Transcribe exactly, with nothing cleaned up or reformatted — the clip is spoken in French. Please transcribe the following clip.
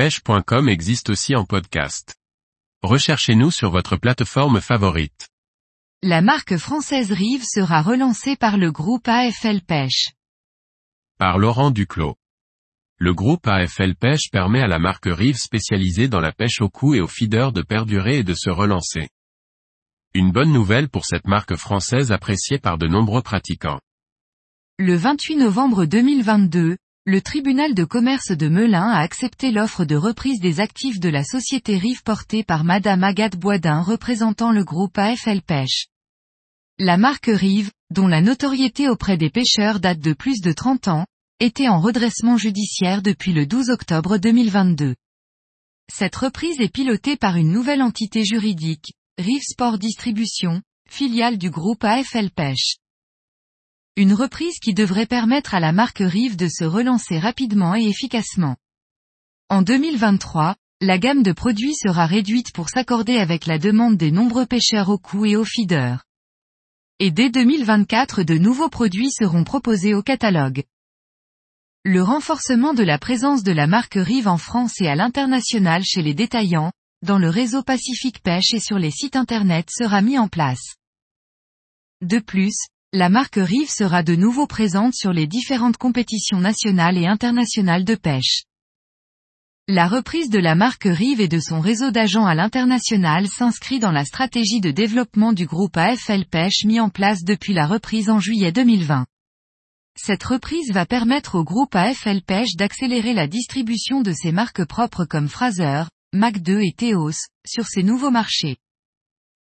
pêche point com existe aussi en podcast. Recherchez-nous sur votre plateforme favorite. La marque française Rive sera relancée par le groupe A F L Pêche. Par Laurent Duclos. Le groupe A F L Pêche permet à la marque Rive spécialisée dans la pêche au coup et au feeder de perdurer et de se relancer. Une bonne nouvelle pour cette marque française appréciée par de nombreux pratiquants. Le vingt-huit novembre deux mille vingt-deux, le tribunal de commerce de Melun a accepté l'offre de reprise des actifs de la société Rive portée par Madame Agathe Boisdin représentant le groupe A F L Pêche. La marque Rive, dont la notoriété auprès des pêcheurs date de plus de trente ans, était en redressement judiciaire depuis le douze octobre deux mille vingt-deux. Cette reprise est pilotée par une nouvelle entité juridique, Rive Sport Distribution, filiale du groupe A F L Pêche. Une reprise qui devrait permettre à la marque Rive de se relancer rapidement et efficacement. En deux mille vingt-trois, la gamme de produits sera réduite pour s'accorder avec la demande des nombreux pêcheurs au coup et au feeder. Et dès deux mille vingt-quatre de nouveaux produits seront proposés au catalogue. Le renforcement de la présence de la marque Rive en France et à l'international chez les détaillants, dans le réseau Pacifique Pêche et sur les sites internet sera mis en place. De plus, la marque Rive sera de nouveau présente sur les différentes compétitions nationales et internationales de pêche. La reprise de la marque Rive et de son réseau d'agents à l'international s'inscrit dans la stratégie de développement du groupe A F L Pêche mis en place depuis la reprise en juillet deux mille vingt. Cette reprise va permettre au groupe A F L Pêche d'accélérer la distribution de ses marques propres comme Fraser, Mac deux et Théos, sur ces nouveaux marchés.